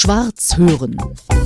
Schwarz hören.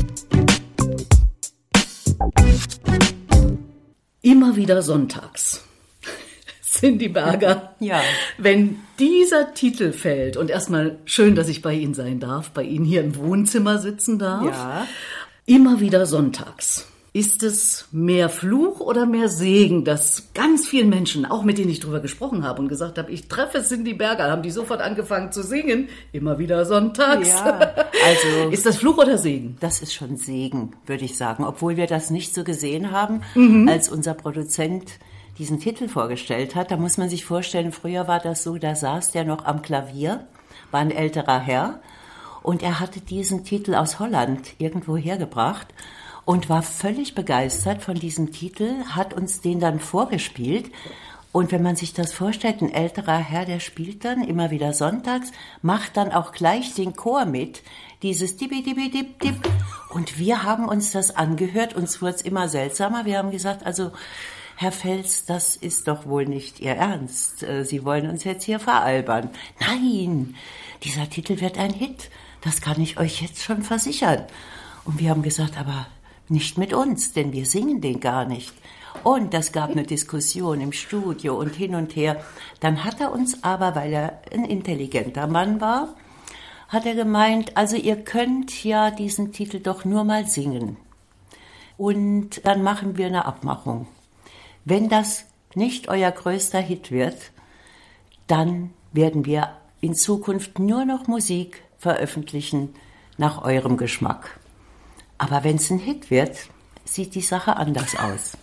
Immer wieder sonntags. Cindy Berger. Ja. Wenn dieser Titel fällt, und erstmal schön, dass ich bei Ihnen sein darf, bei Ihnen hier im Wohnzimmer sitzen darf. Ja. Immer wieder sonntags. Ist es mehr Fluch oder mehr Segen, dass ganz vielen Menschen, auch mit denen ich drüber gesprochen habe und gesagt habe, ich treffe Cindy Berger, haben die sofort angefangen zu singen, immer wieder sonntags. Ja, also ist das Fluch oder Segen? Das ist schon Segen, würde ich sagen, obwohl wir das nicht so gesehen haben, als unser Produzent diesen Titel vorgestellt hat. Da muss man sich vorstellen, früher war das so, da saß der noch am Klavier, war ein älterer Herr und er hatte diesen Titel aus Holland irgendwo hergebracht und war völlig begeistert von diesem Titel, hat uns den dann vorgespielt. Und wenn man sich das vorstellt, ein älterer Herr, der spielt dann immer wieder sonntags, macht dann auch gleich den Chor mit, dieses Dibi-Dibi-Dip-Dip. Und wir haben uns das angehört, uns wurde es immer seltsamer. Wir haben gesagt, also Herr Fels, das ist doch wohl nicht Ihr Ernst. Sie wollen uns jetzt hier veralbern. Nein, dieser Titel wird ein Hit. Das kann ich euch jetzt schon versichern. Und wir haben gesagt, aber nicht mit uns, denn wir singen den gar nicht. Und das gab eine Diskussion im Studio und hin und her. Dann hat er uns aber, weil er ein intelligenter Mann war, hat er gemeint, also ihr könnt ja diesen Titel doch nur mal singen. Und dann machen wir eine Abmachung. Wenn das nicht euer größter Hit wird, dann werden wir in Zukunft nur noch Musik veröffentlichen nach eurem Geschmack. Aber wenn es ein Hit wird, sieht die Sache anders aus.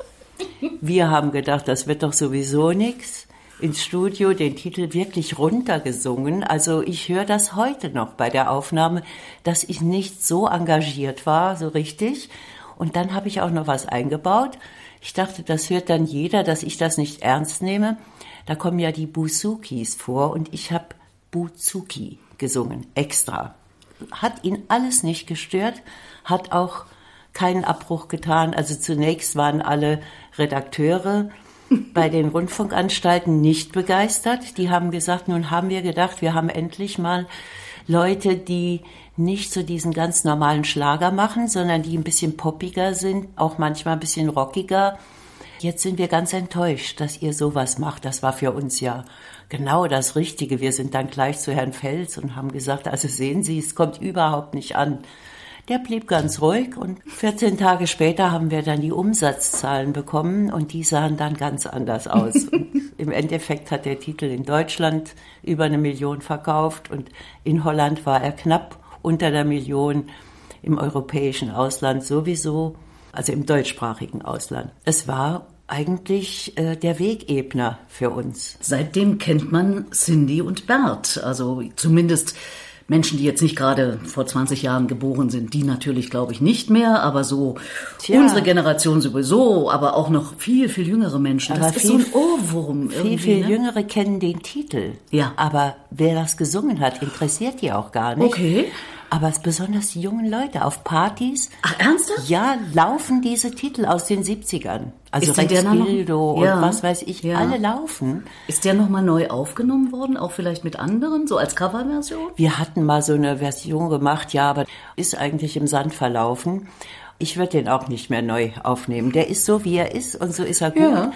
Wir haben gedacht, das wird doch sowieso nichts. Ins Studio den Titel wirklich runtergesungen. Also ich höre das heute noch bei der Aufnahme, dass ich nicht so engagiert war, so richtig. Und dann habe ich auch noch was eingebaut. Ich dachte, das hört dann jeder, dass ich das nicht ernst nehme. Da kommen ja die Bouzouki vor und ich habe Bouzouki gesungen, extra. Hat ihn alles nicht gestört, hat auch keinen Abbruch getan. Also zunächst waren alle Redakteure bei den Rundfunkanstalten nicht begeistert. Die haben gesagt, nun haben wir gedacht, wir haben endlich mal Leute, die nicht so diesen ganz normalen Schlager machen, sondern die ein bisschen poppiger sind, auch manchmal ein bisschen rockiger. Jetzt sind wir ganz enttäuscht, dass ihr sowas macht. Das war für uns ja genau das Richtige. Wir sind dann gleich zu Herrn Fels und haben gesagt, also sehen Sie, es kommt überhaupt nicht an. Der blieb ganz ruhig und 14 Tage später haben wir dann die Umsatzzahlen bekommen und die sahen dann ganz anders aus. Und im Endeffekt hat der Titel in Deutschland über 1 Million verkauft und in Holland war er knapp unter 1 Million, im europäischen Ausland sowieso, also im deutschsprachigen Ausland. Es war eigentlich der Wegebner für uns. Seitdem kennt man Cindy und Bert, also zumindest Menschen, die jetzt nicht gerade vor 20 Jahren geboren sind, die natürlich, glaube ich, nicht mehr, aber so unsere Generation sowieso, aber auch noch viel, viel jüngere Menschen. Aber das ist so ein Ohrwurm irgendwie. Viel ne? Jüngere kennen den Titel. Ja. Aber wer das gesungen hat, interessiert die auch gar nicht. Okay. Aber es besonders die jungen Leute auf Partys. Ach, ernsthaft? Ja, laufen diese Titel aus den 70ern. Also Ist der Rex noch? Gildo und Ja. was weiß ich, Ja. alle laufen. Ist der nochmal neu aufgenommen worden, auch vielleicht mit anderen, so als Coverversion? Wir hatten mal so eine Version gemacht, ja, aber ist eigentlich im Sand verlaufen. Ich würde den auch nicht mehr neu aufnehmen. Der ist so, wie er ist und so ist er gut. Ja.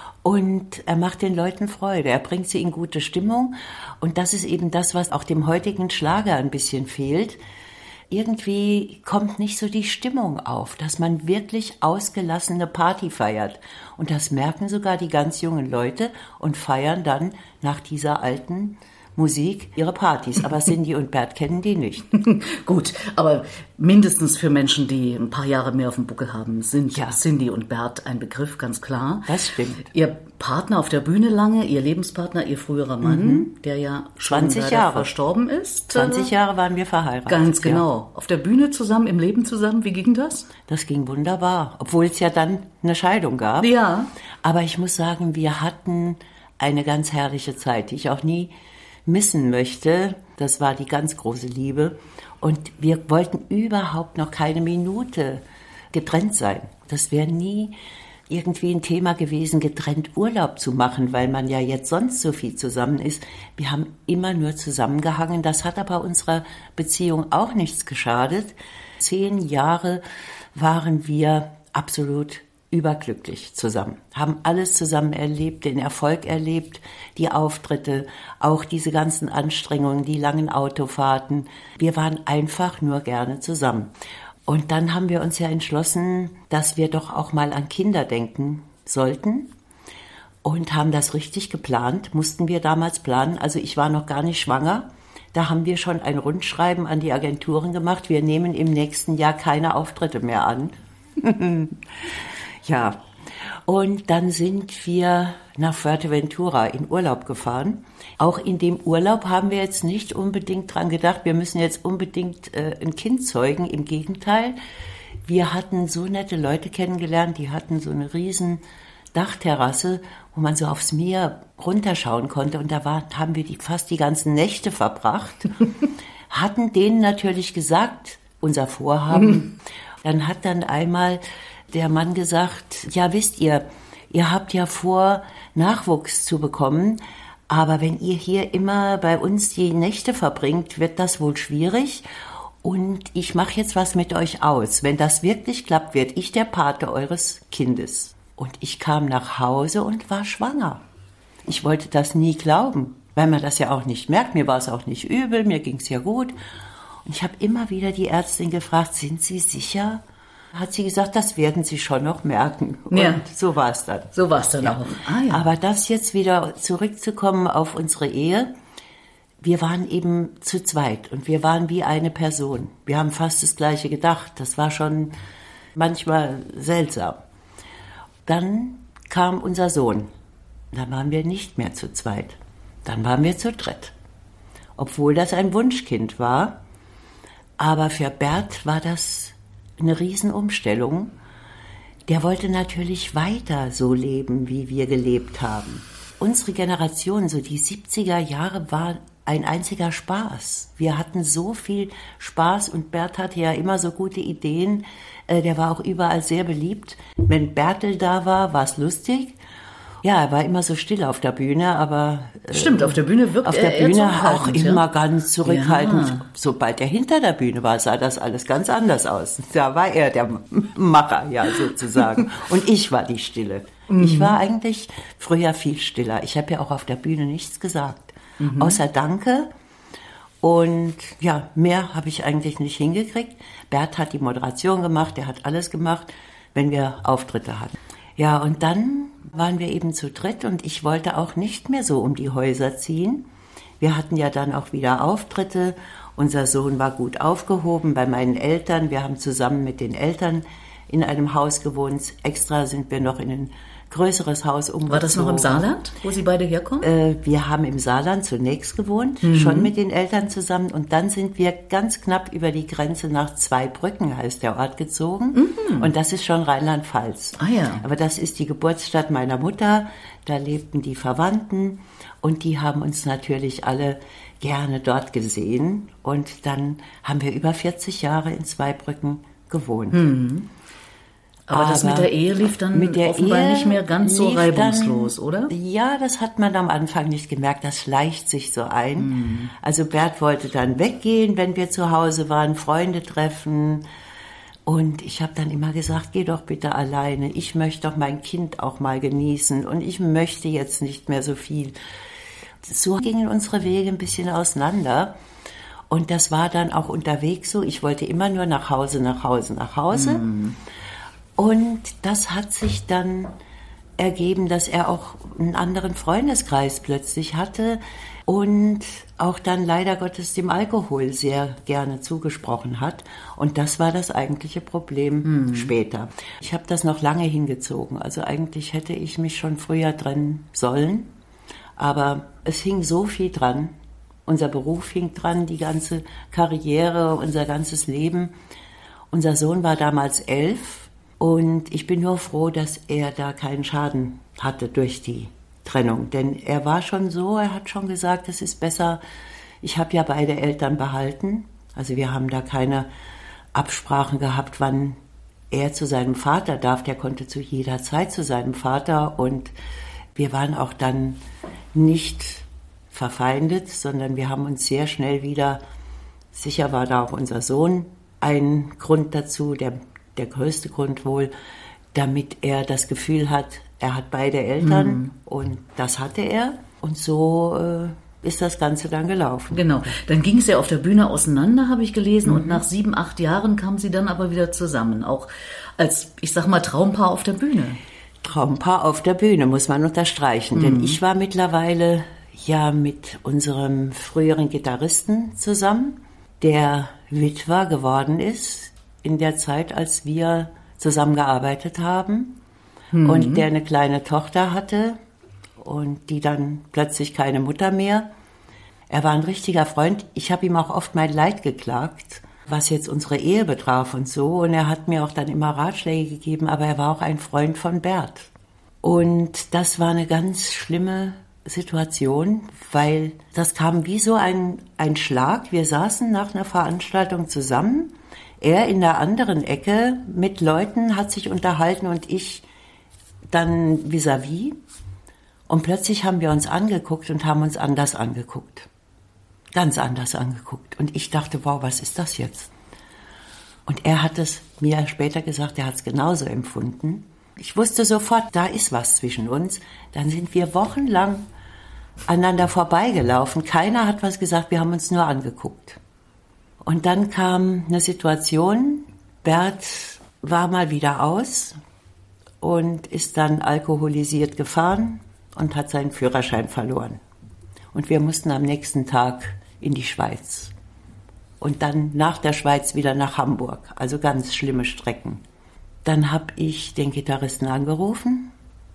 Und er macht den Leuten Freude, er bringt sie in gute Stimmung. Und das ist eben das, was auch dem heutigen Schlager ein bisschen fehlt. Irgendwie kommt nicht so die Stimmung auf, dass man wirklich ausgelassene Party feiert. Und das merken sogar die ganz jungen Leute und feiern dann nach dieser alten Musik ihre Partys. Aber Cindy und Bert kennen die nicht. Gut, aber mindestens für Menschen, die ein paar Jahre mehr auf dem Buckel haben, sind Ja. Cindy und Bert ein Begriff, ganz klar. Das stimmt. Ihr Partner auf der Bühne lange, Ihr Lebenspartner, Ihr früherer Mann, der ja schon 20 leider Jahre. verstorben ist. 20 Jahre waren wir verheiratet. Ganz genau. Ja. Auf der Bühne zusammen, im Leben zusammen, wie ging das? Das ging wunderbar, obwohl es ja dann eine Scheidung gab. Ja. Aber ich muss sagen, wir hatten eine ganz herrliche Zeit, die ich auch nie missen möchte. Das war die ganz große Liebe. Und wir wollten überhaupt noch keine Minute getrennt sein. Das wäre nie irgendwie ein Thema gewesen, getrennt Urlaub zu machen, weil man ja jetzt sonst so viel zusammen ist. Wir haben immer nur zusammengehangen. Das hat aber unserer Beziehung auch nichts geschadet. 10 Jahre waren wir absolut überglücklich zusammen, haben alles zusammen erlebt, den Erfolg erlebt, die Auftritte, auch diese ganzen Anstrengungen, die langen Autofahrten. Wir waren einfach nur gerne zusammen. Und dann haben wir uns ja entschlossen, dass wir doch auch mal an Kinder denken sollten und haben das richtig geplant, mussten wir damals planen. Also ich war noch gar nicht schwanger. Da haben wir schon ein Rundschreiben an die Agenturen gemacht. Wir nehmen im nächsten Jahr keine Auftritte mehr an. Ja, und dann sind wir nach Fuerteventura in Urlaub gefahren. Auch in dem Urlaub haben wir jetzt nicht unbedingt dran gedacht, wir müssen jetzt unbedingt ein Kind zeugen. Im Gegenteil, wir hatten so nette Leute kennengelernt, die hatten so eine riesen Dachterrasse, wo man so aufs Meer runterschauen konnte. Und da haben wir fast die ganzen Nächte verbracht. Hatten denen natürlich gesagt, unser Vorhaben. Dann hat dann einmal der Mann gesagt, ja wisst ihr habt ja vor, Nachwuchs zu bekommen, aber wenn ihr hier immer bei uns die Nächte verbringt, wird das wohl schwierig und ich mache jetzt was mit euch aus. Wenn das wirklich klappt, werde ich der Pate eures Kindes. Und ich kam nach Hause und war schwanger. Ich wollte das nie glauben, weil man das ja auch nicht merkt. Mir war es auch nicht übel, mir ging es ja gut. Und ich habe immer wieder die Ärztin gefragt, sind Sie sicher? Hat sie gesagt, das werden Sie schon noch merken. Und so war es dann. So war es dann auch. Ah, ja. Aber das jetzt wieder zurückzukommen auf unsere Ehe, wir waren eben zu zweit und wir waren wie eine Person. Wir haben fast das Gleiche gedacht. Das war schon manchmal seltsam. Dann kam unser Sohn. Da waren wir nicht mehr zu zweit. Dann waren wir zu dritt. Obwohl das ein Wunschkind war. Aber für Bert war das eine Riesenumstellung. Der wollte natürlich weiter so leben, wie wir gelebt haben. Unsere Generation, so die 70er Jahre, war ein einziger Spaß. Wir hatten so viel Spaß und Bert hatte ja immer so gute Ideen. Der war auch überall sehr beliebt. Wenn Bertel da war, war es lustig. Ja, er war immer so still auf der Bühne, aber... Stimmt, auf der Bühne wirkt auf der er Bühne eher auch immer ganz zurückhaltend. Ja. Sobald er hinter der Bühne war, sah das alles ganz anders aus. Da war er der Macher, ja, sozusagen. Und ich war die Stille. Ich war eigentlich früher viel stiller. Ich habe ja auch auf der Bühne nichts gesagt. Außer Danke. Und ja, mehr habe ich eigentlich nicht hingekriegt. Bert hat die Moderation gemacht, der hat alles gemacht, wenn wir Auftritte hatten. Ja, und dann waren wir eben zu dritt und ich wollte auch nicht mehr so um die Häuser ziehen. Wir hatten ja dann auch wieder Auftritte. Unser Sohn war gut aufgehoben bei meinen Eltern. Wir haben zusammen mit den Eltern in einem Haus gewohnt. Extra sind wir noch in ein größeres Haus umgezogen. War das noch im Saarland, wo Sie beide herkommen? Wir haben im Saarland zunächst gewohnt, schon mit den Eltern zusammen. Und dann sind wir ganz knapp über die Grenze nach Zweibrücken, heißt der Ort, gezogen. Und das ist schon Rheinland-Pfalz. Ah ja. Aber das ist die Geburtsstadt meiner Mutter. Da lebten die Verwandten. Und die haben uns natürlich alle gerne dort gesehen. Und dann haben wir über 40 Jahre in Zweibrücken gewohnt. Aber das mit der Ehe lief dann offenbar nicht mehr ganz so reibungslos, oder? Ja, das hat man am Anfang nicht gemerkt. Das schleicht sich so ein. Also Bert wollte dann weggehen, wenn wir zu Hause waren, Freunde treffen. Und ich habe dann immer gesagt, geh doch bitte alleine. Ich möchte doch mein Kind auch mal genießen. Und ich möchte jetzt nicht mehr so viel. So gingen unsere Wege ein bisschen auseinander. Und das war dann auch unterwegs so. Ich wollte immer nur nach Hause. Und das hat sich dann ergeben, dass er auch einen anderen Freundeskreis plötzlich hatte und auch dann leider Gottes dem Alkohol sehr gerne zugesprochen hat. Und das war das eigentliche Problem später. Ich habe das noch lange hingezogen. Also eigentlich hätte ich mich schon früher trennen sollen. Aber es hing so viel dran. Unser Beruf hing dran, die ganze Karriere, unser ganzes Leben. Unser Sohn war damals 11. Und ich bin nur froh, dass er da keinen Schaden hatte durch die Trennung. Denn er war schon so, er hat schon gesagt, es ist besser, ich habe ja beide Eltern behalten. Also wir haben da keine Absprachen gehabt, wann er zu seinem Vater darf, der konnte zu jeder Zeit zu seinem Vater und wir waren auch dann nicht verfeindet, sondern wir haben uns sehr schnell wieder, sicher war da auch unser Sohn ein Grund dazu, der größte Grund wohl, damit er das Gefühl hat, er hat beide Eltern und das hatte er und so ist das Ganze dann gelaufen. Genau, dann ging es ja auf der Bühne auseinander, habe ich gelesen, und nach 7, 8 Jahren kamen sie dann aber wieder zusammen, auch als, ich sag mal, Traumpaar auf der Bühne. Traumpaar auf der Bühne, muss man unterstreichen, denn ich war mittlerweile ja mit unserem früheren Gitarristen zusammen, der Witwer geworden ist in der Zeit, als wir zusammengearbeitet haben und der eine kleine Tochter hatte und die dann plötzlich keine Mutter mehr. Er war ein richtiger Freund. Ich habe ihm auch oft mein Leid geklagt, was jetzt unsere Ehe betraf und so. Und er hat mir auch dann immer Ratschläge gegeben, aber er war auch ein Freund von Bert. Und das war eine ganz schlimme Situation, weil das kam wie so ein Schlag. Wir saßen nach einer Veranstaltung zusammen. Er in der anderen Ecke mit Leuten hat sich unterhalten und ich dann vis-à-vis. Und plötzlich haben wir uns angeguckt und haben uns anders angeguckt. Ganz anders angeguckt. Und ich dachte, wow, was ist das jetzt? Und er hat es mir später gesagt, er hat es genauso empfunden. Ich wusste sofort, da ist was zwischen uns. Dann sind wir wochenlang aneinander vorbeigelaufen. Keiner hat was gesagt, wir haben uns nur angeguckt. Und dann kam eine Situation, Bert war mal wieder aus und ist dann alkoholisiert gefahren und hat seinen Führerschein verloren. Und wir mussten am nächsten Tag in die Schweiz. Und dann nach der Schweiz wieder nach Hamburg. Also ganz schlimme Strecken. Dann habe ich den Gitarristen angerufen,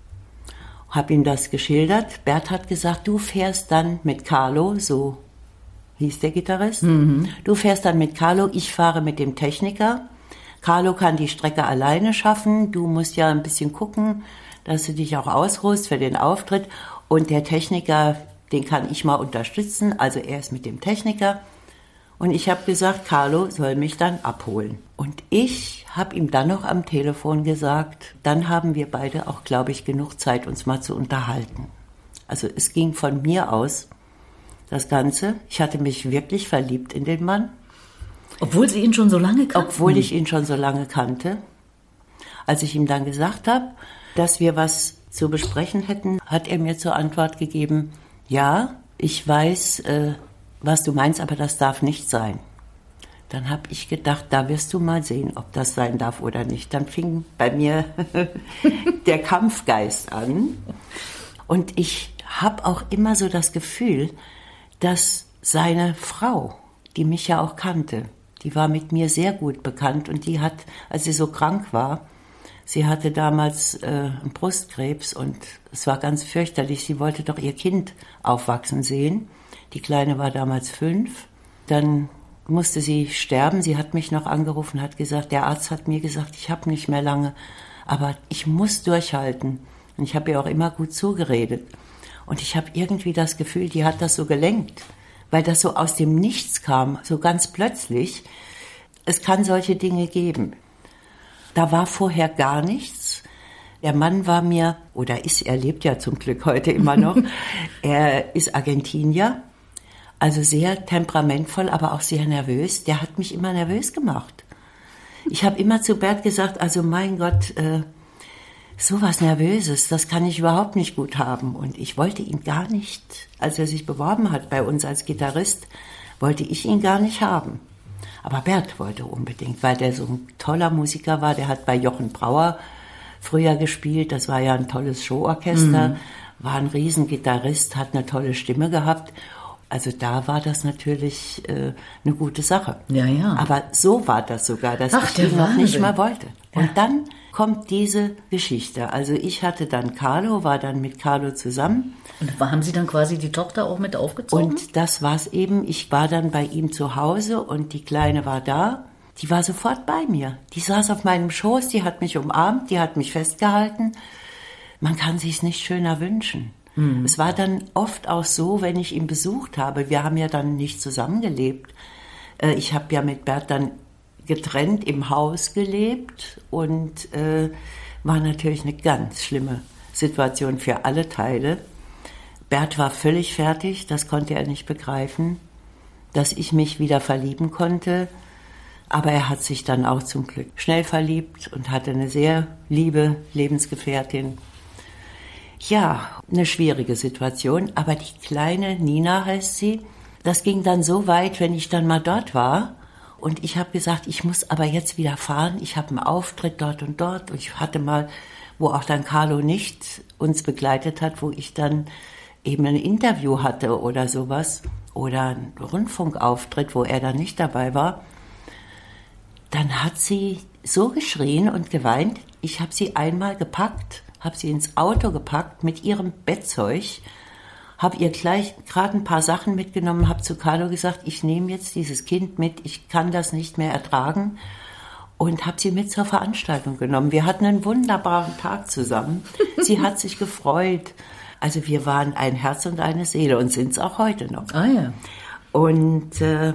habe ihm das geschildert. Bert hat gesagt, du fährst dann mit Carlo, so hieß der Gitarrist. Du fährst dann mit Carlo, ich fahre mit dem Techniker. Carlo kann die Strecke alleine schaffen. Du musst ja ein bisschen gucken, dass du dich auch ausruhst für den Auftritt. Und der Techniker, den kann ich mal unterstützen. Also er ist mit dem Techniker. Und ich habe gesagt, Carlo soll mich dann abholen. Und ich habe ihm dann noch am Telefon gesagt, dann haben wir beide auch, glaube ich, genug Zeit, uns mal zu unterhalten. Also es ging von mir aus, das Ganze. Ich hatte mich wirklich verliebt in den Mann. Obwohl Sie ihn schon so lange kannten? Obwohl ich ihn schon so lange kannte. Als ich ihm dann gesagt habe, dass wir was zu besprechen hätten, hat er mir zur Antwort gegeben, ja, ich weiß, was du meinst, aber das darf nicht sein. Dann habe ich gedacht, da wirst du mal sehen, ob das sein darf oder nicht. Dann fing bei mir der Kampfgeist an. Und ich habe auch immer so das Gefühl, dass seine Frau, die mich ja auch kannte, die war mit mir sehr gut bekannt und die hat, als sie so krank war, sie hatte damals einen Brustkrebs und es war ganz fürchterlich. Sie wollte doch ihr Kind aufwachsen sehen. Die Kleine war damals 5. Dann musste sie sterben. Sie hat mich noch angerufen, hat gesagt, der Arzt hat mir gesagt, ich habe nicht mehr lange, aber ich muss durchhalten. Und ich habe ihr auch immer gut zugeredet. Und ich habe irgendwie das Gefühl, die hat das so gelenkt, weil das so aus dem Nichts kam, so ganz plötzlich. Es kann solche Dinge geben. Da war vorher gar nichts. Der Mann war mir, oder ist, er lebt ja zum Glück heute immer noch, er ist Argentinier, also sehr temperamentvoll, aber auch sehr nervös. Der hat mich immer nervös gemacht. Ich habe immer zu Bert gesagt, also mein Gott, sowas Nervöses, das kann ich überhaupt nicht gut haben. Und ich wollte ihn gar nicht, als er sich beworben hat bei uns als Gitarrist, wollte ich ihn gar nicht haben. Aber Bert wollte unbedingt, weil der so ein toller Musiker war. Der hat bei Jochen Brauer früher gespielt. Das war ja ein tolles Showorchester, war ein Riesengitarrist, hat eine tolle Stimme gehabt. Also da war das natürlich eine gute Sache. Ja, ja. Aber so war das sogar, dass ich ihn noch nicht mal wollte. Und dann kommt diese Geschichte. Also ich hatte dann Carlo, war dann mit Carlo zusammen. Und haben Sie dann quasi die Tochter auch mit aufgezogen? Und das war's eben. Ich war dann bei ihm zu Hause und die Kleine war da. Die war sofort bei mir. Die saß auf meinem Schoß, die hat mich umarmt, die hat mich festgehalten. Man kann sich's nicht schöner wünschen. Es war dann oft auch so, wenn ich ihn besucht habe, wir haben ja dann nicht zusammengelebt. Ich habe ja mit Bert dann getrennt im Haus gelebt und war natürlich eine ganz schlimme Situation für alle Teile. Bert war völlig fertig, das konnte er nicht begreifen, dass ich mich wieder verlieben konnte. Aber er hat sich dann auch zum Glück schnell verliebt und hatte eine sehr liebe Lebensgefährtin. Ja, eine schwierige Situation, aber die kleine Nina heißt sie, das ging dann so weit, wenn ich dann mal dort war und ich habe gesagt, ich muss aber jetzt wieder fahren, ich habe einen Auftritt dort und dort und ich hatte mal, wo auch dann Carlo nicht uns begleitet hat, wo ich dann eben ein Interview hatte oder sowas oder einen Rundfunkauftritt, wo er dann nicht dabei war, dann hat sie so geschrien und geweint, ich habe sie einmal gepackt, habe sie ins Auto gepackt mit ihrem Bettzeug, habe ihr gleich gerade ein paar Sachen mitgenommen, habe zu Carlo gesagt, ich nehme jetzt dieses Kind mit, ich kann das nicht mehr ertragen und habe sie mit zur Veranstaltung genommen. Wir hatten einen wunderbaren Tag zusammen. Sie hat sich gefreut. Also wir waren ein Herz und eine Seele und sind es auch heute noch. Ah ja. Und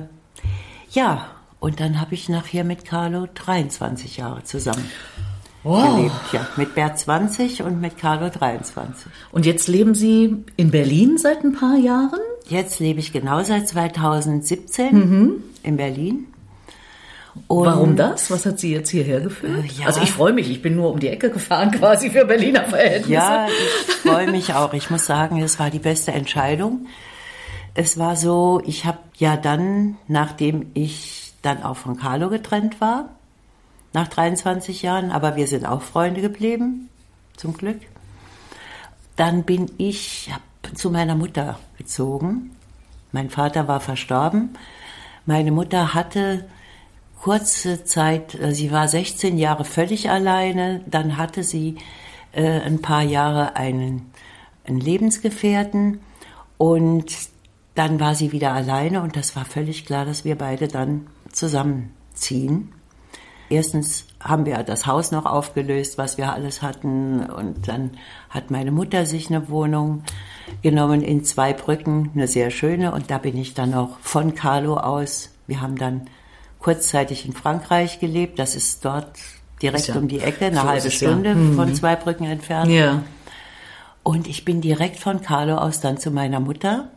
ja, und dann habe ich nachher mit Carlo 23 Jahre zusammen gelebt. Ja, mit Bert 20 und mit Carlo 23. Und jetzt leben Sie in Berlin seit ein paar Jahren? Jetzt lebe ich genau seit 2017 in Berlin. Und warum das? Was hat Sie jetzt hierher geführt? Ja. Also ich freue mich, ich bin nur um die Ecke gefahren quasi für Berliner Verhältnisse. Ja, ich freue mich auch. Ich muss sagen, es war die beste Entscheidung. Es war so, ich habe ja dann, nachdem ich dann auch von Carlo getrennt war, nach 23 Jahren, aber wir sind auch Freunde geblieben, zum Glück. Dann bin ich zu meiner Mutter gezogen. Mein Vater war verstorben. Meine Mutter hatte kurze Zeit, sie war 16 Jahre völlig alleine, dann hatte sie ein paar Jahre einen Lebensgefährten und dann war sie wieder alleine und das war völlig klar, dass wir beide dann zusammenziehen. Erstens haben wir das Haus noch aufgelöst, was wir alles hatten und dann hat meine Mutter sich eine Wohnung genommen in Zweibrücken, eine sehr schöne und da bin ich dann auch von Carlo aus, wir haben dann kurzzeitig in Frankreich gelebt, das ist dort direkt um die Ecke, eine halbe Stunde von Zweibrücken entfernt. Ja. Und ich bin direkt von Carlo aus dann zu meiner Mutter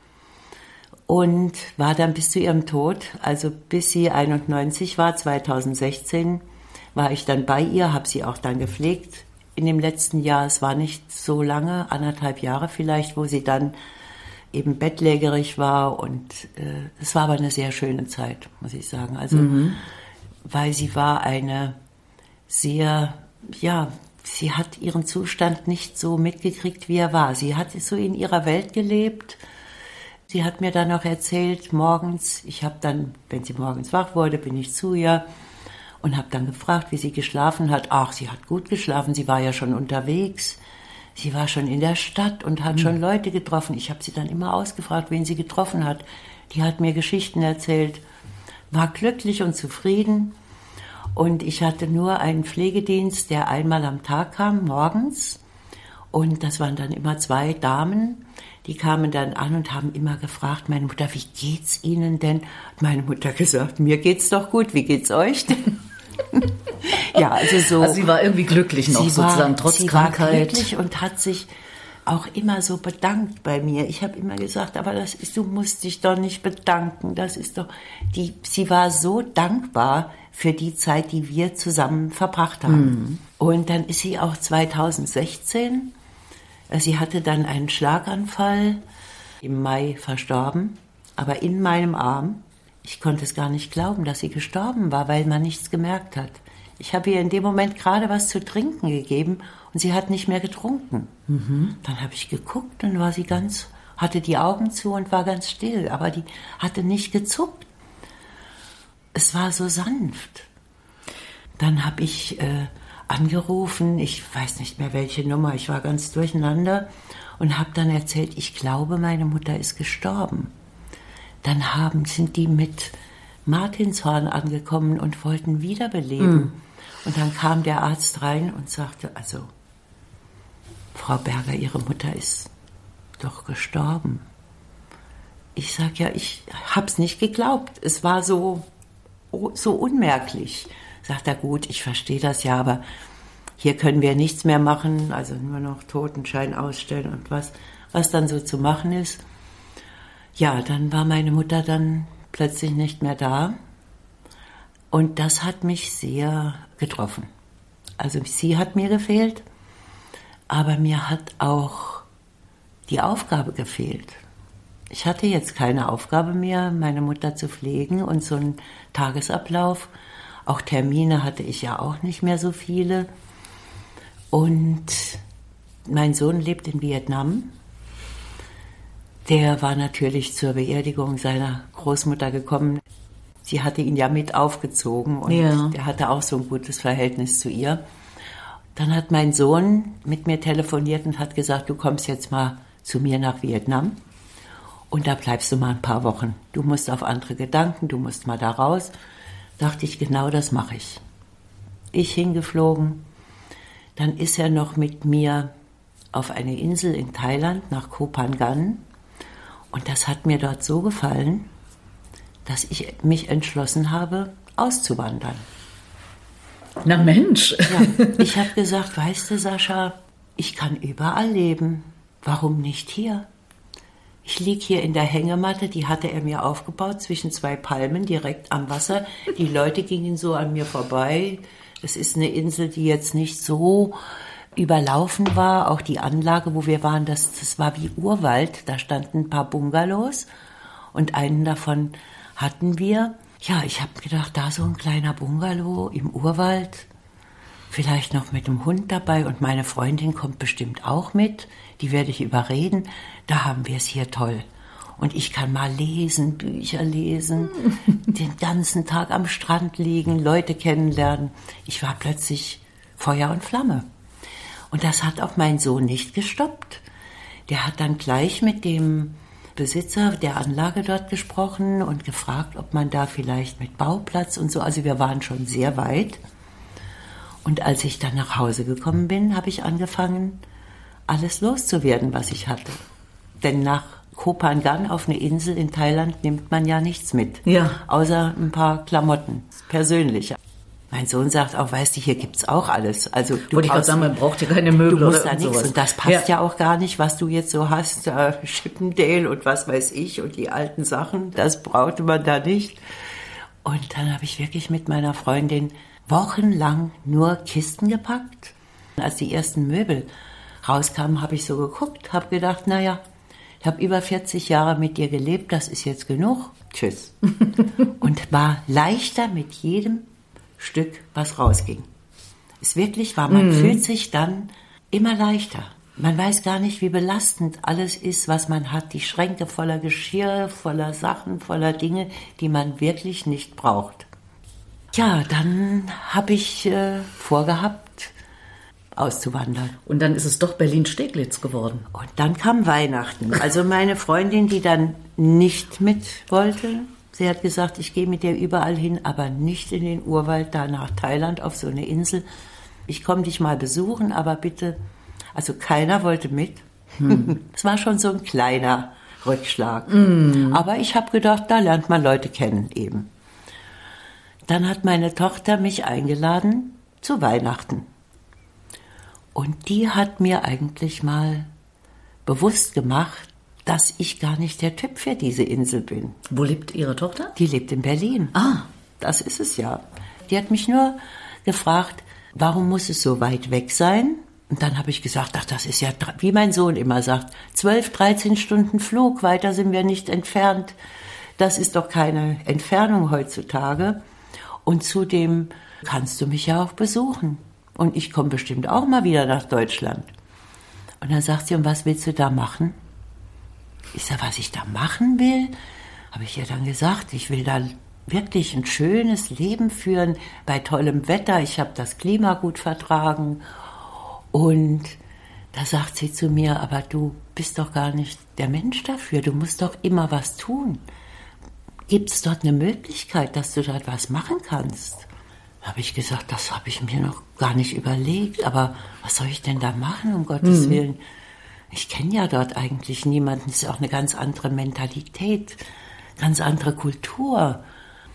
und war dann bis zu ihrem Tod, also bis sie 91 war, 2016, war ich dann bei ihr, habe sie auch dann gepflegt in dem letzten Jahr. Es war nicht so lange, 1,5 Jahre vielleicht, wo sie dann eben bettlägerig war und es war aber eine sehr schöne Zeit, muss ich sagen. Also, weil sie war eine sehr, ja, sie hat ihren Zustand nicht so mitgekriegt, wie er war. Sie hat so in ihrer Welt gelebt. Sie hat mir dann auch erzählt, morgens, ich habe dann, wenn sie morgens wach wurde, bin ich zu ihr und habe dann gefragt, wie sie geschlafen hat. Ach, sie hat gut geschlafen, sie war ja schon unterwegs. Sie war schon in der Stadt und hat schon Leute getroffen. Ich habe sie dann immer ausgefragt, wen sie getroffen hat. Die hat mir Geschichten erzählt, war glücklich und zufrieden. Und ich hatte nur einen Pflegedienst, der einmal am Tag kam, morgens. Und das waren dann immer 2 Damen, die kamen dann an und haben immer gefragt, meine Mutter, wie geht's Ihnen denn? Hat meine Mutter gesagt, mir geht's doch gut, wie geht's euch denn? Ja, also so. Also sie war irgendwie glücklich noch sozusagen, trotz Krankheit. Sie war glücklich und hat sich auch immer so bedankt bei mir. Ich habe immer gesagt, aber du musst dich doch nicht bedanken. Das ist doch sie war so dankbar für die Zeit, die wir zusammen verbracht haben. Und dann ist sie auch 2016, sie hatte dann einen Schlaganfall, im Mai verstorben, aber in meinem Arm. Ich konnte es gar nicht glauben, dass sie gestorben war, weil man nichts gemerkt hat. Ich habe ihr in dem Moment gerade was zu trinken gegeben und sie hat nicht mehr getrunken. Dann habe ich geguckt und war sie hatte die Augen zu und war ganz still, aber die hatte nicht gezuckt. Es war so sanft. Dann habe ich angerufen, ich weiß nicht mehr welche Nummer, ich war ganz durcheinander und habe dann erzählt, ich glaube, meine Mutter ist gestorben. Dann sind die mit Martinshorn angekommen und wollten wiederbeleben. Und dann kam der Arzt rein und sagte, also, Frau Berger, Ihre Mutter ist doch gestorben. Ich sag ja, ich hab's nicht geglaubt. Es war so so unmerklich. Sagt er, gut, ich verstehe das ja, aber hier können wir nichts mehr machen, also nur noch Totenschein ausstellen und was dann so zu machen ist. Ja, dann war meine Mutter dann plötzlich nicht mehr da und das hat mich sehr getroffen. Also sie hat mir gefehlt, aber mir hat auch die Aufgabe gefehlt. Ich hatte jetzt keine Aufgabe mehr, meine Mutter zu pflegen und so einen Tagesablauf. Auch Termine hatte ich ja auch nicht mehr so viele. Und mein Sohn lebt in Vietnam. Der war natürlich zur Beerdigung seiner Großmutter gekommen. Sie hatte ihn ja mit aufgezogen und der hatte auch so ein gutes Verhältnis zu ihr. Dann hat mein Sohn mit mir telefoniert und hat gesagt, du kommst jetzt mal zu mir nach Vietnam und da bleibst du mal ein paar Wochen. Du musst auf andere Gedanken, du musst mal da raus. Dachte ich, genau das mache ich. Ich hingeflogen, dann ist er noch mit mir auf eine Insel in Thailand nach Koh Phangan und das hat mir dort so gefallen, dass ich mich entschlossen habe, auszuwandern. Na Mensch! Ja, ich habe gesagt, weißt du, Sascha, ich kann überall leben. Warum nicht hier? Ich liege hier in der Hängematte, die hatte er mir aufgebaut, zwischen 2 Palmen, direkt am Wasser. Die Leute gingen so an mir vorbei. Es ist eine Insel, die jetzt nicht so überlaufen war. Auch die Anlage, wo wir waren, das war wie Urwald. Da standen ein paar Bungalows und einen davon hatten wir. Ja, ich habe gedacht, da so ein kleiner Bungalow im Urwald, vielleicht noch mit dem Hund dabei und meine Freundin kommt bestimmt auch mit, die werde ich überreden, da haben wir es hier toll. Und ich kann mal lesen, Bücher lesen, den ganzen Tag am Strand liegen, Leute kennenlernen. Ich war plötzlich Feuer und Flamme. Und das hat auch mein Sohn nicht gestoppt. Der hat dann gleich mit dem Besitzer der Anlage dort gesprochen und gefragt, ob man da vielleicht mit Bauplatz und so, also wir waren schon sehr weit. Und als ich dann nach Hause gekommen bin, habe ich angefangen, alles loszuwerden, was ich hatte. Denn nach Koh Phangan auf eine Insel in Thailand nimmt man ja nichts mit, außer ein paar Klamotten, persönliche. Mein Sohn sagt auch, weißt du, hier gibt's auch alles. Also wollte ich gerade sagen, man braucht hier keine Möbel du musst oder da nichts. sowas. Und das passt ja auch gar nicht, was du jetzt so hast, Chippendale und was weiß ich und die alten Sachen, das brauchte man da nicht. Und dann habe ich wirklich mit meiner Freundin wochenlang nur Kisten gepackt. Als die ersten Möbel rauskamen, habe ich so geguckt, habe gedacht, naja, ich habe über 40 Jahre mit dir gelebt, das ist jetzt genug, tschüss. Und war leichter mit jedem Stück, was rausging. Es wirklich war, man fühlt sich dann immer leichter. Man weiß gar nicht, wie belastend alles ist, was man hat. Die Schränke voller Geschirr, voller Sachen, voller Dinge, die man wirklich nicht braucht. Ja, dann habe ich vorgehabt, auszuwandern. Und dann ist es doch Berlin-Steglitz geworden. Und dann kam Weihnachten. Also meine Freundin, die dann nicht mit wollte, sie hat gesagt, ich gehe mit dir überall hin, aber nicht in den Urwald, da nach Thailand auf so eine Insel. Ich komme dich mal besuchen, aber bitte, also keiner wollte mit. Es war schon so ein kleiner Rückschlag. Aber ich habe gedacht, da lernt man Leute kennen eben. Dann hat meine Tochter mich eingeladen zu Weihnachten. Und die hat mir eigentlich mal bewusst gemacht, dass ich gar nicht der Typ für diese Insel bin. Wo lebt Ihre Tochter? Die lebt in Berlin. Ah. Das ist es ja. Die hat mich nur gefragt, warum muss es so weit weg sein? Und dann habe ich gesagt, ach, das ist ja, wie mein Sohn immer sagt, 12, 13 Stunden Flug, weiter sind wir nicht entfernt. Das ist doch keine Entfernung heutzutage. Und zudem kannst du mich ja auch besuchen. Und ich komme bestimmt auch mal wieder nach Deutschland. Und dann sagt sie, und was willst du da machen? Ich sage, was ich da machen will, habe ich ihr dann gesagt, ich will da wirklich ein schönes Leben führen, bei tollem Wetter, ich habe das Klima gut vertragen. Und da sagt sie zu mir, aber du bist doch gar nicht der Mensch dafür, du musst doch immer was tun. Gibt es dort eine Möglichkeit, dass du dort was machen kannst? Da habe ich gesagt, das habe ich mir noch gar nicht überlegt, aber was soll ich denn da machen, um Gottes Willen? Ich kenne ja dort eigentlich niemanden. Es ist auch eine ganz andere Mentalität, ganz andere Kultur.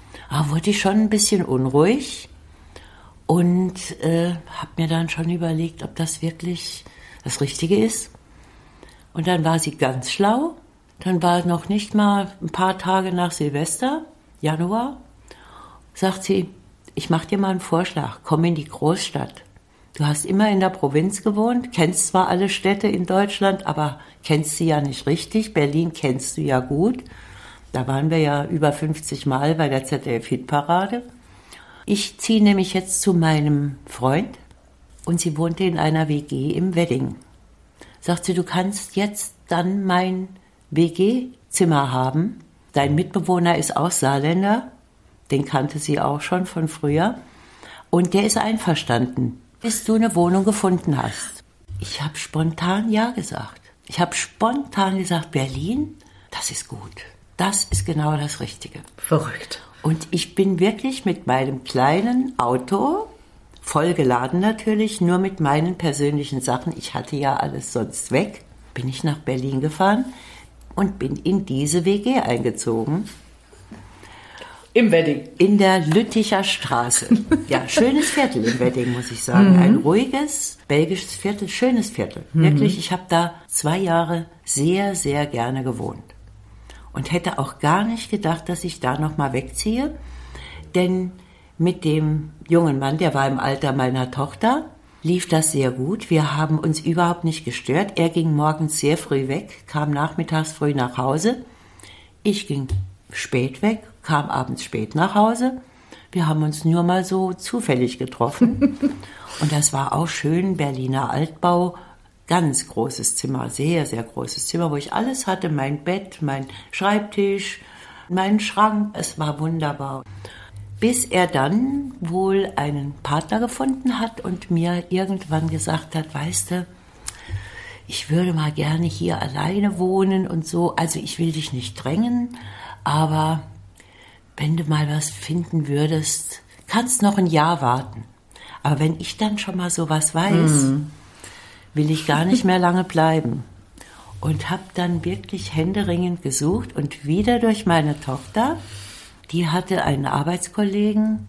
Aber wurde ich schon ein bisschen unruhig und habe mir dann schon überlegt, ob das wirklich das Richtige ist. Und dann war sie ganz schlau. Dann war noch nicht mal ein paar Tage nach Silvester, Januar, sagt sie, ich mache dir mal einen Vorschlag, komm in die Großstadt. Du hast immer in der Provinz gewohnt, kennst zwar alle Städte in Deutschland, aber kennst sie ja nicht richtig. Berlin kennst du ja gut. Da waren wir ja über 50 Mal bei der ZDF-Hitparade. Ich ziehe nämlich jetzt zu meinem Freund und sie wohnte in einer WG im Wedding. Sagt sie, du kannst jetzt dann mein WG-Zimmer haben. Dein Mitbewohner ist auch Saarländer, den kannte sie auch schon von früher. Und der ist einverstanden, bis du eine Wohnung gefunden hast. Ich habe spontan ja gesagt. Ich habe spontan gesagt, Berlin, das ist gut. Das ist genau das Richtige. Verrückt. Und ich bin wirklich mit meinem kleinen Auto, vollgeladen natürlich, nur mit meinen persönlichen Sachen, ich hatte ja alles sonst weg, bin ich nach Berlin gefahren und bin in diese WG eingezogen. Im Wedding. In der Lütticher Straße. Ja, schönes Viertel im Wedding, muss ich sagen. Ein ruhiges, belgisches Viertel, schönes Viertel. Wirklich, ich habe da 2 Jahre sehr, sehr gerne gewohnt. Und hätte auch gar nicht gedacht, dass ich da nochmal wegziehe. Denn mit dem jungen Mann, der war im Alter meiner Tochter, lief das sehr gut. Wir haben uns überhaupt nicht gestört. Er ging morgens sehr früh weg, kam nachmittags früh nach Hause. Ich ging spät weg, kam abends spät nach Hause. Wir haben uns nur mal so zufällig getroffen. Und das war auch schön, Berliner Altbau, ganz großes Zimmer, sehr, sehr großes Zimmer, wo ich alles hatte, mein Bett, mein Schreibtisch, meinen Schrank. Es war wunderbar. Bis er dann wohl einen Partner gefunden hat und mir irgendwann gesagt hat, weißt du, ich würde mal gerne hier alleine wohnen und so. Also ich will dich nicht drängen, aber wenn du mal was finden würdest, kannst noch ein Jahr warten. Aber wenn ich dann schon mal sowas weiß, will ich gar nicht mehr lange bleiben. Und habe dann wirklich händeringend gesucht und wieder durch meine Tochter, die hatte einen Arbeitskollegen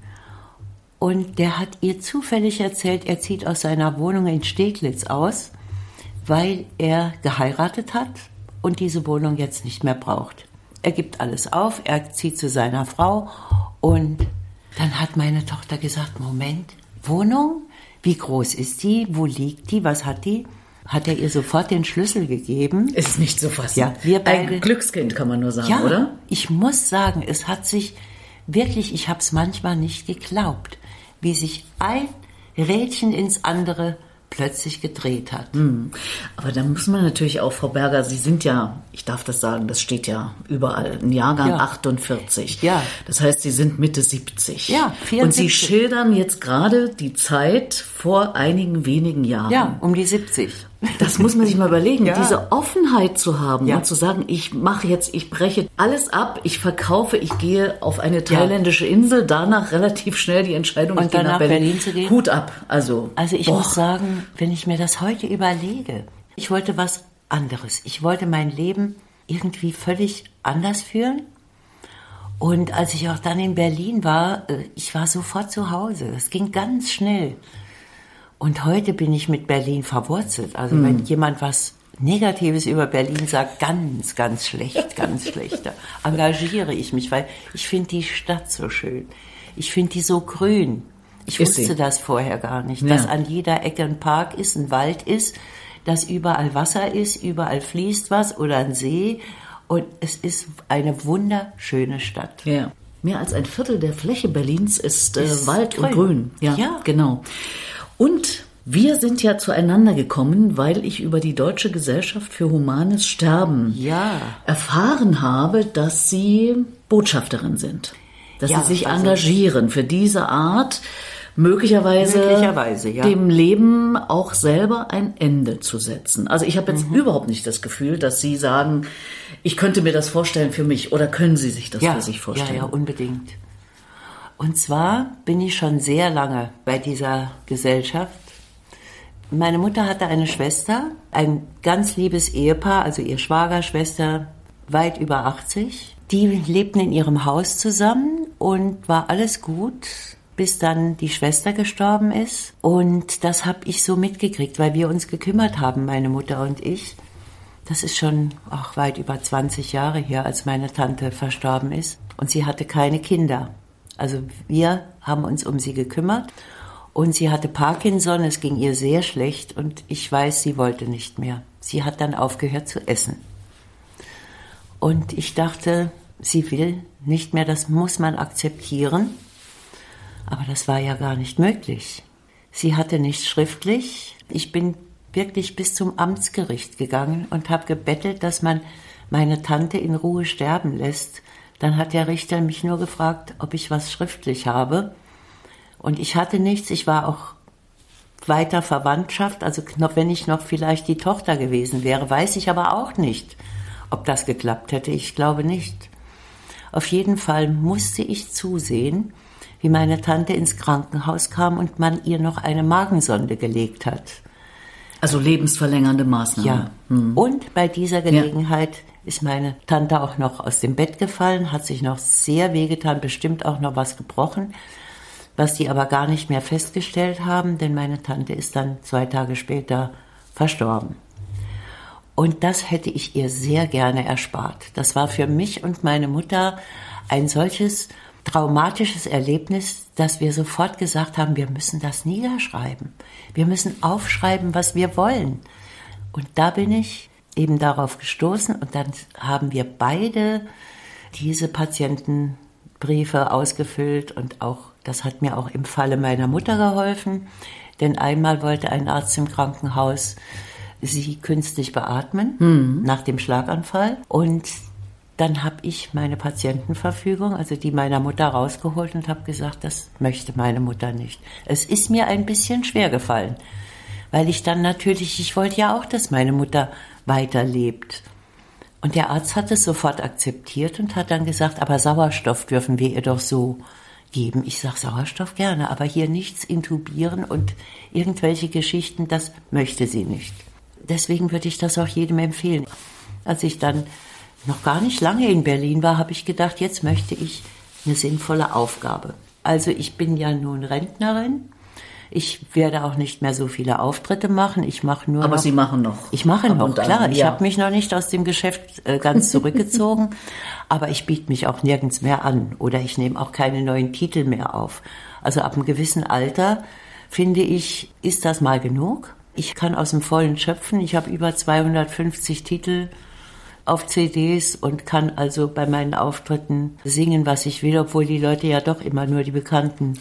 und der hat ihr zufällig erzählt, er zieht aus seiner Wohnung in Steglitz aus, weil er geheiratet hat und diese Wohnung jetzt nicht mehr braucht. Er gibt alles auf, er zieht zu seiner Frau und dann hat meine Tochter gesagt, Moment, Wohnung? Wie groß ist die? Wo liegt die? Was hat die? Hat er ihr sofort den Schlüssel gegeben. Ist nicht zu fassen. Ja, wir beide. Ein Glückskind, kann man nur sagen, ja, oder? Ich muss sagen, es hat sich wirklich, ich habe es manchmal nicht geglaubt, wie sich ein Rädchen ins andere plötzlich gedreht hat. Aber da muss man natürlich auch, Frau Berger, Sie sind ja, ich darf das sagen, das steht ja überall, ein Jahrgang 48. Ja. Das heißt, Sie sind Mitte 70. Ja, 74. Und Sie schildern jetzt gerade die Zeit vor einigen wenigen Jahren. Ja, um die 70. Das muss man sich mal überlegen, Ja. diese Offenheit zu haben Ja. und zu sagen, ich breche alles ab, ich verkaufe, ich gehe auf eine thailändische Insel, danach relativ schnell die Entscheidung, Und ich gehe dann nach nach Berlin. Berlin zu gehen? Hut ab. Also Ich muss sagen, wenn ich mir das heute überlege, ich wollte was anderes. Ich wollte mein Leben irgendwie völlig anders führen. Und als ich auch dann in Berlin war, ich war sofort zu Hause. Es ging ganz schnell. Und heute bin ich mit Berlin verwurzelt. Also wenn jemand was Negatives über Berlin sagt, ganz, ganz schlecht, ganz schlecht, da engagiere ich mich, weil ich finde die Stadt so schön. Ich finde die so grün. Ich wusste das vorher gar nicht, dass an jeder Ecke ein Park ist, ein Wald ist, dass überall Wasser ist, überall fließt was oder ein See. Und es ist eine wunderschöne Stadt. Ja. Mehr als ein Viertel der Fläche Berlins ist Wald grün. und Grün. Ja, genau. Und wir sind ja zueinander gekommen, weil ich über die Deutsche Gesellschaft für Humanes Sterben erfahren habe, dass Sie Botschafterin sind. Dass Sie sich engagieren für diese Art, möglicherweise dem Leben auch selber ein Ende zu setzen. Also ich habe jetzt überhaupt nicht das Gefühl, dass Sie sagen, ich könnte mir das vorstellen für mich, oder können Sie sich das für sich vorstellen? Ja, unbedingt. Und zwar bin ich schon sehr lange bei dieser Gesellschaft. Meine Mutter hatte eine Schwester, ein ganz liebes Ehepaar, also ihr Schwager, Schwester, weit über 80. Die lebten in ihrem Haus zusammen und war alles gut, bis dann die Schwester gestorben ist. Und das habe ich so mitgekriegt, weil wir uns gekümmert haben, meine Mutter und ich. Das ist schon weit über 20 Jahre her, als meine Tante verstorben ist. Und sie hatte keine Kinder. Also wir haben uns um sie gekümmert. Und sie hatte Parkinson, es ging ihr sehr schlecht. Und ich weiß, sie wollte nicht mehr. Sie hat dann aufgehört zu essen. Und ich dachte, sie will nicht mehr, das muss man akzeptieren. Aber das war ja gar nicht möglich. Sie hatte nichts schriftlich. Ich bin wirklich bis zum Amtsgericht gegangen und habe gebettelt, dass man meine Tante in Ruhe sterben lässt. Dann hat der Richter mich nur gefragt, ob ich was schriftlich habe. Und ich hatte nichts. Ich war auch weiter Verwandtschaft. Also wenn ich noch vielleicht die Tochter gewesen wäre, weiß ich aber auch nicht, ob das geklappt hätte. Ich glaube nicht. Auf jeden Fall musste ich zusehen, wie meine Tante ins Krankenhaus kam und man ihr noch eine Magensonde gelegt hat. Also lebensverlängernde Maßnahmen. Ja, und bei dieser Gelegenheit ist meine Tante auch noch aus dem Bett gefallen, hat sich noch sehr wehgetan, bestimmt auch noch was gebrochen, was die aber gar nicht mehr festgestellt haben, denn meine Tante ist dann 2 Tage später verstorben. Und das hätte ich ihr sehr gerne erspart. Das war für mich und meine Mutter ein solches traumatisches Erlebnis, dass wir sofort gesagt haben, wir müssen das niederschreiben. Wir müssen aufschreiben, was wir wollen. Und da bin ich eben darauf gestoßen und dann haben wir beide diese Patientenbriefe ausgefüllt und auch, das hat mir auch im Falle meiner Mutter geholfen, denn einmal wollte ein Arzt im Krankenhaus sie künstlich beatmen nach dem Schlaganfall und dann habe ich meine Patientenverfügung, also die meiner Mutter, rausgeholt und habe gesagt, das möchte meine Mutter nicht. Es ist mir ein bisschen schwer gefallen, weil ich wollte ja auch, dass meine Mutter weiterlebt. Und der Arzt hat es sofort akzeptiert und hat dann gesagt, aber Sauerstoff dürfen wir ihr doch so geben. Ich sage Sauerstoff gerne, aber hier nichts intubieren und irgendwelche Geschichten, das möchte sie nicht. Deswegen würde ich das auch jedem empfehlen. Als ich dann noch gar nicht lange in Berlin war, habe ich gedacht, jetzt möchte ich eine sinnvolle Aufgabe. Also ich bin ja nun Rentnerin. Ich werde auch nicht mehr so viele Auftritte machen. Ich mache nur Aber noch. Sie machen noch. Ich mache noch, klar. Ja. Ich habe mich noch nicht aus dem Geschäft ganz zurückgezogen. Aber ich biete mich auch nirgends mehr an. Oder ich nehme auch keine neuen Titel mehr auf. Also ab einem gewissen Alter, finde ich, ist das mal genug. Ich kann aus dem Vollen schöpfen. Ich habe über 250 Titel auf CDs und kann also bei meinen Auftritten singen, was ich will, obwohl die Leute ja doch immer nur die bekannten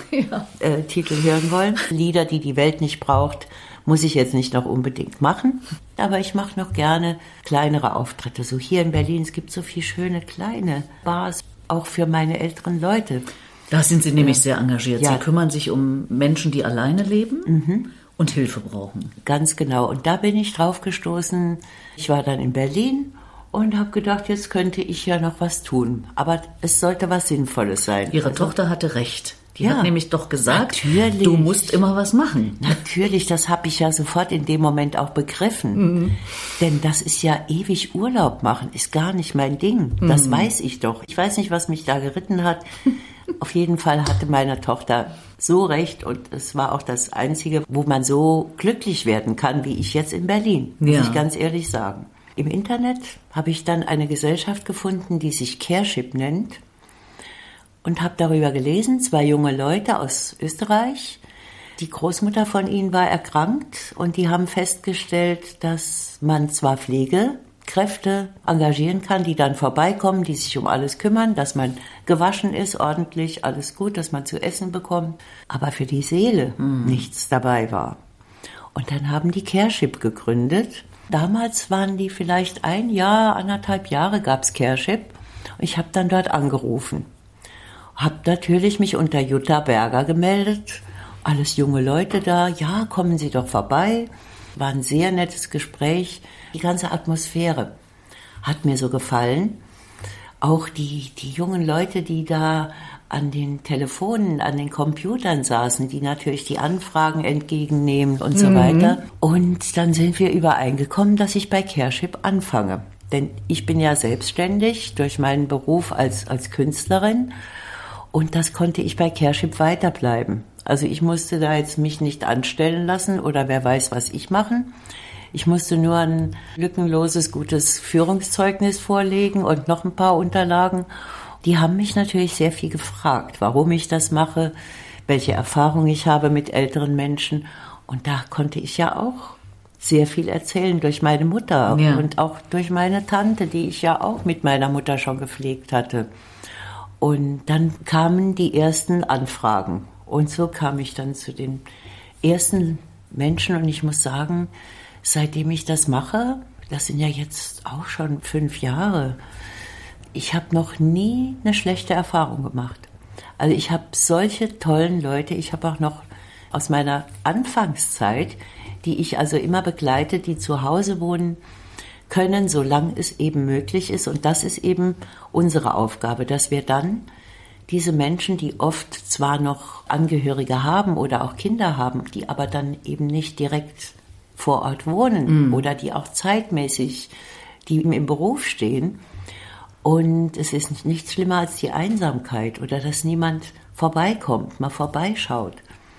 Titel hören wollen. Lieder, die die Welt nicht braucht, muss ich jetzt nicht noch unbedingt machen. Aber ich mache noch gerne kleinere Auftritte. So hier in Berlin, es gibt so viele schöne kleine Bars, auch für meine älteren Leute. Da sind Sie nämlich sehr engagiert. Ja. Sie kümmern sich um Menschen, die alleine leben und Hilfe brauchen. Ganz genau. Und da bin ich drauf gestoßen. Ich war dann in Berlin und habe gedacht, jetzt könnte ich ja noch was tun. Aber es sollte was Sinnvolles sein. Ihre Tochter hatte recht. Die Ja, hat nämlich doch gesagt, natürlich. du musst immer was machen. Natürlich, das habe ich ja sofort in dem Moment auch begriffen. Denn das ist ja ewig Urlaub machen, ist gar nicht mein Ding. Das weiß ich doch. Ich weiß nicht, was mich da geritten hat. Auf jeden Fall hatte meine Tochter so recht und es war auch das Einzige, wo man so glücklich werden kann, wie ich jetzt in Berlin, muss Ja. ich ganz ehrlich sagen. Im Internet habe ich dann eine Gesellschaft gefunden, die sich Careship nennt und habe darüber gelesen, 2 junge Leute aus Österreich. Die Großmutter von ihnen war erkrankt und die haben festgestellt, dass man zwar Pflegekräfte engagieren kann, die dann vorbeikommen, die sich um alles kümmern, dass man gewaschen ist, ordentlich, alles gut, dass man zu essen bekommt, aber für die Seele nichts dabei war. Und dann haben die Careship gegründet. Damals waren die vielleicht 1 Jahr, 1,5 Jahre gab's Careship. Ich habe dann dort angerufen. Habe natürlich mich unter Jutta Berger gemeldet. Alles junge Leute da. Ja, kommen Sie doch vorbei. War ein sehr nettes Gespräch. Die ganze Atmosphäre hat mir so gefallen. Auch die jungen Leute, die da an den Telefonen, an den Computern saßen, die natürlich die Anfragen entgegennehmen und so weiter. Und dann sind wir übereingekommen, dass ich bei Careship anfange. Denn ich bin ja selbstständig durch meinen Beruf als Künstlerin Und das konnte ich bei CareShip weiterbleiben. Also ich musste da jetzt mich nicht anstellen lassen oder wer weiß, was ich machen. Ich musste nur ein lückenloses, gutes Führungszeugnis vorlegen und noch ein paar Unterlagen. Die haben mich natürlich sehr viel gefragt, warum ich das mache, welche Erfahrung ich habe mit älteren Menschen. Und da konnte ich ja auch sehr viel erzählen durch meine Mutter und auch durch meine Tante, die ich ja auch mit meiner Mutter schon gepflegt hatte. Und dann kamen die ersten Anfragen. Und so kam ich dann zu den ersten Menschen. Und ich muss sagen, seitdem ich das mache, das sind ja jetzt auch schon 5 Jahre, ich habe noch nie eine schlechte Erfahrung gemacht. Also ich habe solche tollen Leute, ich habe auch noch aus meiner Anfangszeit, die ich also immer begleite, die zu Hause wohnen können, solange es eben möglich ist. Und das ist eben unsere Aufgabe, dass wir dann diese Menschen, die oft zwar noch Angehörige haben oder auch Kinder haben, die aber dann eben nicht direkt vor Ort wohnen oder die auch zeitmäßig, die im Beruf stehen. Und es ist nichts schlimmer als die Einsamkeit oder dass niemand vorbeikommt, mal vorbeischaut.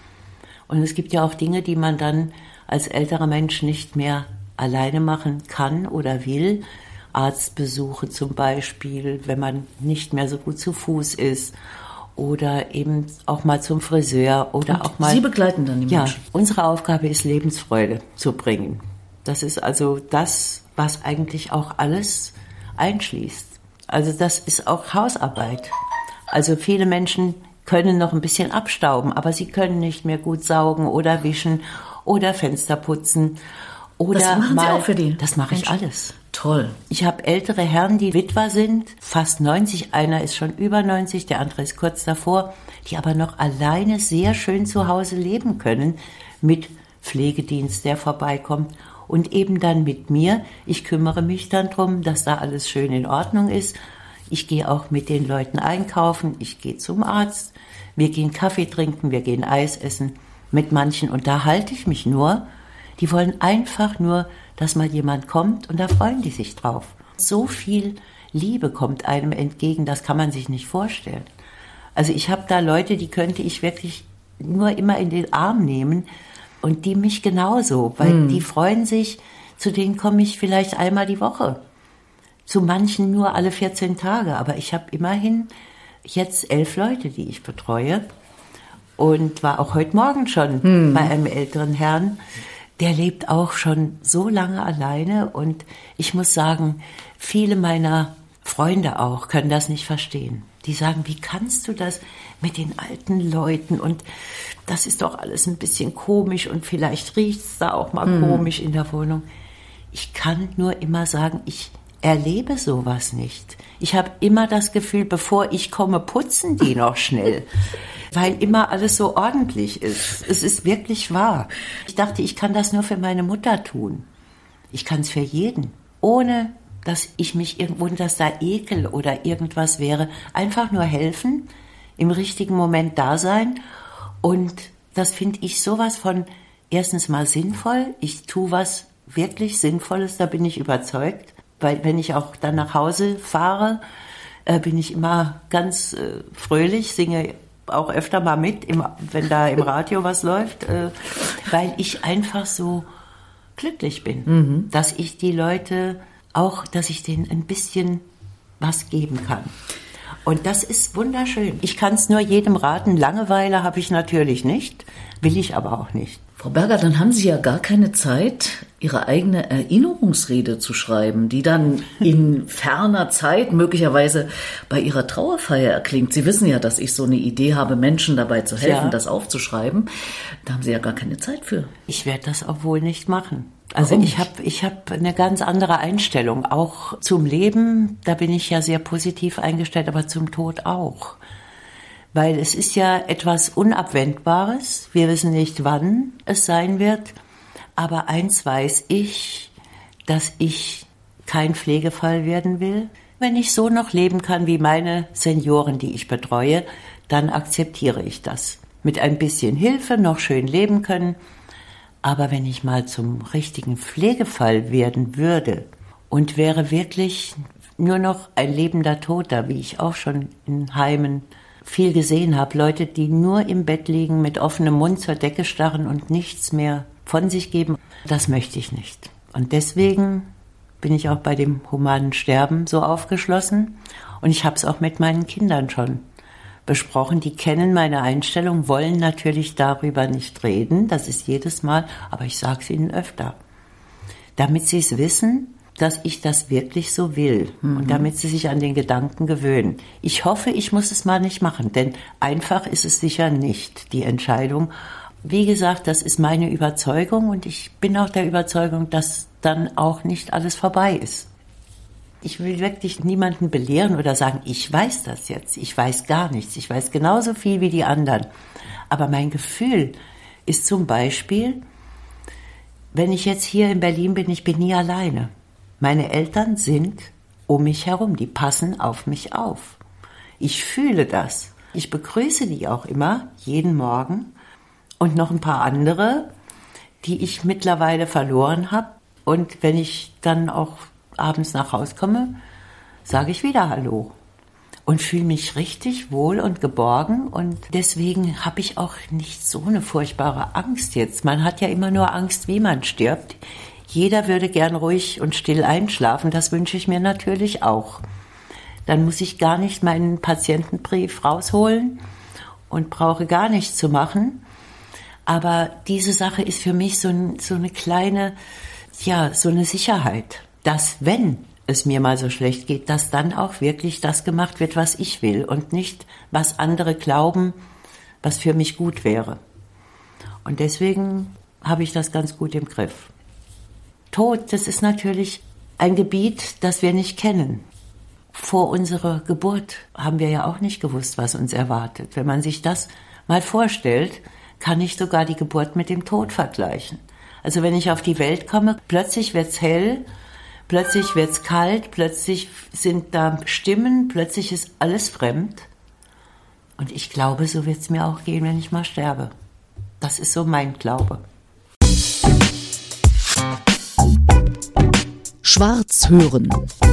Und es gibt ja auch Dinge, die man dann als älterer Mensch nicht mehr alleine machen kann oder will. Arztbesuche zum Beispiel, wenn man nicht mehr so gut zu Fuß ist. Oder eben auch mal zum Friseur oder und auch mal. Sie begleiten dann die Menschen? Ja, unsere Aufgabe ist, Lebensfreude zu bringen. Das ist also das, was eigentlich auch alles einschließt. Also das ist auch Hausarbeit. Also viele Menschen können noch ein bisschen abstauben, aber sie können nicht mehr gut saugen oder wischen oder Fenster putzen. Oder das machen Sie auch für die? Das mache ich alles. Toll. Ich habe ältere Herren, die Witwer sind, fast 90, einer ist schon über 90, der andere ist kurz davor, die aber noch alleine sehr schön zu Hause leben können mit Pflegedienst, der vorbeikommt und eben dann mit mir. Ich kümmere mich dann drum, dass da alles schön in Ordnung ist. Ich gehe auch mit den Leuten einkaufen, ich gehe zum Arzt, wir gehen Kaffee trinken, wir gehen Eis essen. Mit manchen unterhalte ich mich nur. Die wollen einfach nur, dass mal jemand kommt und da freuen die sich drauf. So viel Liebe kommt einem entgegen, das kann man sich nicht vorstellen. Also ich habe da Leute, die könnte ich wirklich nur immer in den Arm nehmen und die mich genauso, weil die freuen sich, zu denen komme ich vielleicht einmal die Woche. Zu manchen nur alle 14 Tage, aber ich habe immerhin jetzt 11 Leute, die ich betreue und war auch heute Morgen schon bei einem älteren Herrn. Der lebt auch schon so lange alleine und ich muss sagen, viele meiner Freunde auch können das nicht verstehen. Die sagen, wie kannst du das mit den alten Leuten und das ist doch alles ein bisschen komisch und vielleicht riecht's da auch mal komisch in der Wohnung. Ich kann nur immer sagen, ich erlebe sowas nicht. Ich habe immer das Gefühl, bevor ich komme, putzen die noch schnell. Weil immer alles so ordentlich ist. Es ist wirklich wahr. Ich dachte, ich kann das nur für meine Mutter tun. Ich kann es für jeden. Ohne, dass ich mich irgendwo, dass da Ekel oder irgendwas wäre. Einfach nur helfen, im richtigen Moment da sein. Und das finde ich sowas von erstens mal sinnvoll. Ich tue was wirklich Sinnvolles, da bin ich überzeugt. Weil wenn ich auch dann nach Hause fahre, bin ich immer ganz fröhlich, singe auch öfter mal mit, wenn da im Radio was läuft, weil ich einfach so glücklich bin, dass ich die Leute auch, dass ich denen ein bisschen was geben kann. Und das ist wunderschön. Ich kann es nur jedem raten. Langeweile habe ich natürlich nicht, will ich aber auch nicht. Frau Berger, dann haben Sie ja gar keine Zeit, Ihre eigene Erinnerungsrede zu schreiben, die dann in ferner Zeit möglicherweise bei Ihrer Trauerfeier erklingt. Sie wissen ja, dass ich so eine Idee habe, Menschen dabei zu helfen, das aufzuschreiben. Da haben Sie ja gar keine Zeit für. Ich werde das auch wohl nicht machen. Also ich hab eine ganz andere Einstellung, auch zum Leben, da bin ich ja sehr positiv eingestellt, aber zum Tod auch. Weil es ist ja etwas Unabwendbares, wir wissen nicht, wann es sein wird, aber eins weiß ich, dass ich kein Pflegefall werden will. Wenn ich so noch leben kann wie meine Senioren, die ich betreue, dann akzeptiere ich das. Mit ein bisschen Hilfe noch schön leben können. Aber wenn ich mal zum richtigen Pflegefall werden würde und wäre wirklich nur noch ein lebender Toter, wie ich auch schon in Heimen viel gesehen habe. Leute, die nur im Bett liegen, mit offenem Mund zur Decke starren und nichts mehr von sich geben. Das möchte ich nicht. Und deswegen bin ich auch bei dem humanen Sterben so aufgeschlossen. Und ich habe es auch mit meinen Kindern schon besprochen. Die kennen meine Einstellung, wollen natürlich darüber nicht reden. Das ist jedes Mal, aber ich sage es ihnen öfter. Damit sie es wissen, dass ich das wirklich so will und damit sie sich an den Gedanken gewöhnen. Ich hoffe, ich muss es mal nicht machen, denn einfach ist es sicher nicht, die Entscheidung. Wie gesagt, das ist meine Überzeugung und ich bin auch der Überzeugung, dass dann auch nicht alles vorbei ist. Ich will wirklich niemanden belehren oder sagen, ich weiß das jetzt, ich weiß gar nichts, ich weiß genauso viel wie die anderen. Aber mein Gefühl ist zum Beispiel, wenn ich jetzt hier in Berlin bin, ich bin nie alleine. Meine Eltern sind um mich herum, die passen auf mich auf. Ich fühle das. Ich begrüße die auch immer, jeden Morgen. Und noch ein paar andere, die ich mittlerweile verloren habe. Und wenn ich dann auch abends nach Hause komme, sage ich wieder Hallo. Und fühle mich richtig wohl und geborgen. Und deswegen habe ich auch nicht so eine furchtbare Angst jetzt. Man hat ja immer nur Angst, wie man stirbt. Jeder würde gern ruhig und still einschlafen, das wünsche ich mir natürlich auch. Dann muss ich gar nicht meinen Patientenbrief rausholen und brauche gar nichts zu machen. Aber diese Sache ist für mich so eine kleine, so eine Sicherheit, dass wenn es mir mal so schlecht geht, dass dann auch wirklich das gemacht wird, was ich will und nicht, was andere glauben, was für mich gut wäre. Und deswegen habe ich das ganz gut im Griff. Tod, das ist natürlich ein Gebiet, das wir nicht kennen. Vor unserer Geburt haben wir ja auch nicht gewusst, was uns erwartet. Wenn man sich das mal vorstellt, kann ich sogar die Geburt mit dem Tod vergleichen. Also wenn ich auf die Welt komme, plötzlich wird's hell, plötzlich wird's kalt, plötzlich sind da Stimmen, plötzlich ist alles fremd. Und ich glaube, so wird's mir auch gehen, wenn ich mal sterbe. Das ist so mein Glaube. Schwarz hören.